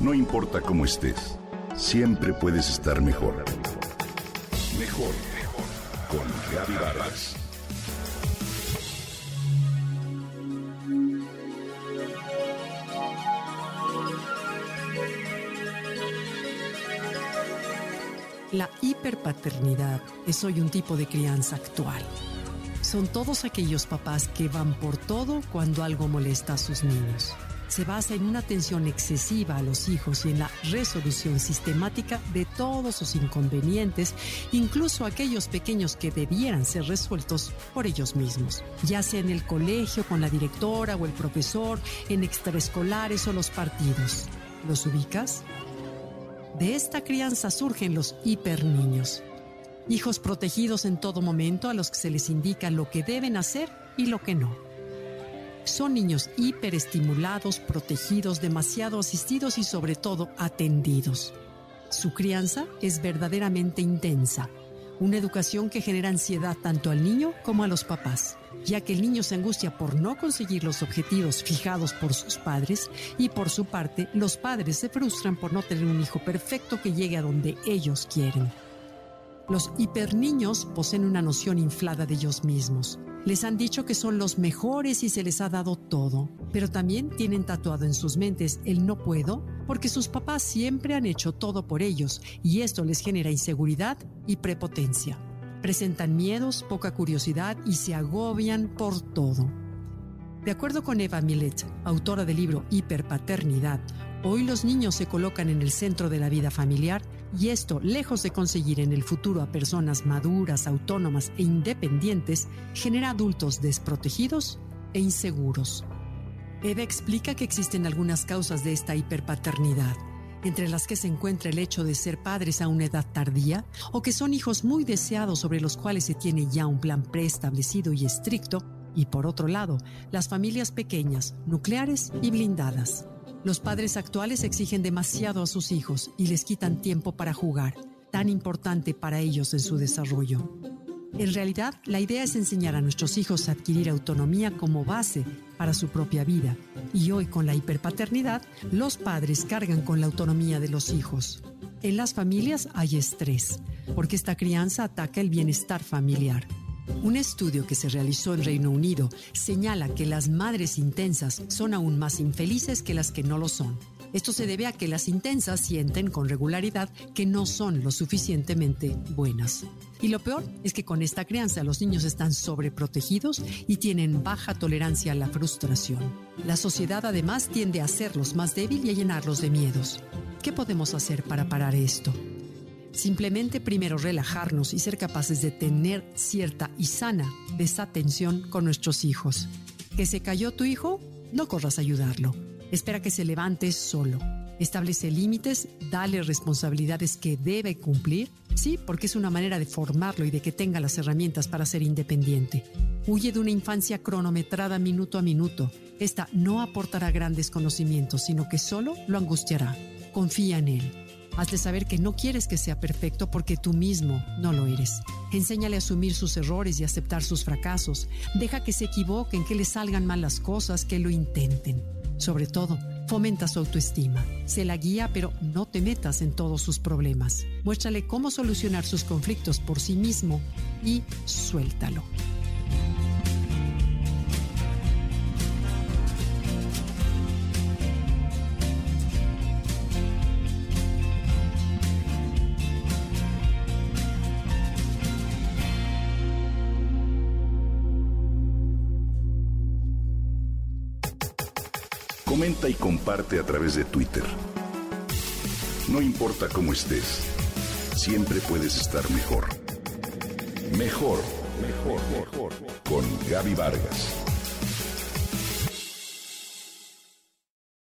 No importa cómo estés, siempre puedes estar mejor. Mejor, mejor. Con Gaby Vargas. La hiperpaternidad es hoy un tipo de crianza actual. Son todos aquellos papás que van por todo cuando algo molesta a sus niños. Se basa en una atención excesiva a los hijos y en la resolución sistemática de todos sus inconvenientes, incluso aquellos pequeños que debieran ser resueltos por ellos mismos, ya sea en el colegio, con la directora o el profesor, en extraescolares o los partidos. ¿Los ubicas? De esta crianza surgen los hiperniños. Hijos protegidos en todo momento a los que se les indica lo que deben hacer y lo que no. Son niños hiperestimulados, protegidos, demasiado asistidos y sobre todo atendidos. Su crianza es verdaderamente intensa, una educación que genera ansiedad tanto al niño como a los papás, ya que el niño se angustia por no conseguir los objetivos fijados por sus padres y por su parte los padres se frustran por no tener un hijo perfecto que llegue a donde ellos quieren. Los hiperniños poseen una noción inflada de ellos mismos. Les han dicho que son los mejores y se les ha dado todo, pero también tienen tatuado en sus mentes el no puedo porque sus papás siempre han hecho todo por ellos y esto les genera inseguridad y prepotencia. Presentan miedos, poca curiosidad y se agobian por todo. De acuerdo con Eva Milet, autora del libro Hiperpaternidad, hoy los niños se colocan en el centro de la vida familiar y esto, lejos de conseguir en el futuro a personas maduras, autónomas e independientes, genera adultos desprotegidos e inseguros. Eva explica que existen algunas causas de esta hiperpaternidad, entre las que se encuentra el hecho de ser padres a una edad tardía o que son hijos muy deseados sobre los cuales se tiene ya un plan preestablecido y estricto, y por otro lado, las familias pequeñas, nucleares y blindadas. Los padres actuales exigen demasiado a sus hijos y les quitan tiempo para jugar, tan importante para ellos en su desarrollo. En realidad, la idea es enseñar a nuestros hijos a adquirir autonomía como base para su propia vida. Y hoy, con la hiperpaternidad, los padres cargan con la autonomía de los hijos. En las familias hay estrés, porque esta crianza ataca el bienestar familiar. Un estudio que se realizó en Reino Unido señala que las madres intensas son aún más infelices que las que no lo son. Esto se debe a que las intensas sienten con regularidad que no son lo suficientemente buenas. Y lo peor es que con esta crianza los niños están sobreprotegidos y tienen baja tolerancia a la frustración. La sociedad además tiende a hacerlos más débiles y a llenarlos de miedos. ¿Qué podemos hacer para parar esto? Simplemente primero relajarnos y ser capaces de tener cierta y sana desatención con nuestros hijos. ¿Que se cayó tu hijo? No corras a ayudarlo. Espera que se levante solo. Establece límites, dale responsabilidades que debe cumplir. Sí, porque es una manera de formarlo y de que tenga las herramientas para ser independiente. Huye de una infancia cronometrada minuto a minuto. Esta no aportará grandes conocimientos, sino que solo lo angustiará. Confía en él. Hazle saber que no quieres que sea perfecto porque tú mismo no lo eres. Enséñale a asumir sus errores y aceptar sus fracasos. Deja que se equivoquen, que le salgan mal las cosas, que lo intenten. Sobre todo, fomenta su autoestima. Se la guía, pero no te metas en todos sus problemas. Muéstrale cómo solucionar sus conflictos por sí mismo y suéltalo. Comenta y comparte a través de Twitter. No importa cómo estés, siempre puedes estar mejor. Mejor, mejor, mejor. Con Gaby Vargas.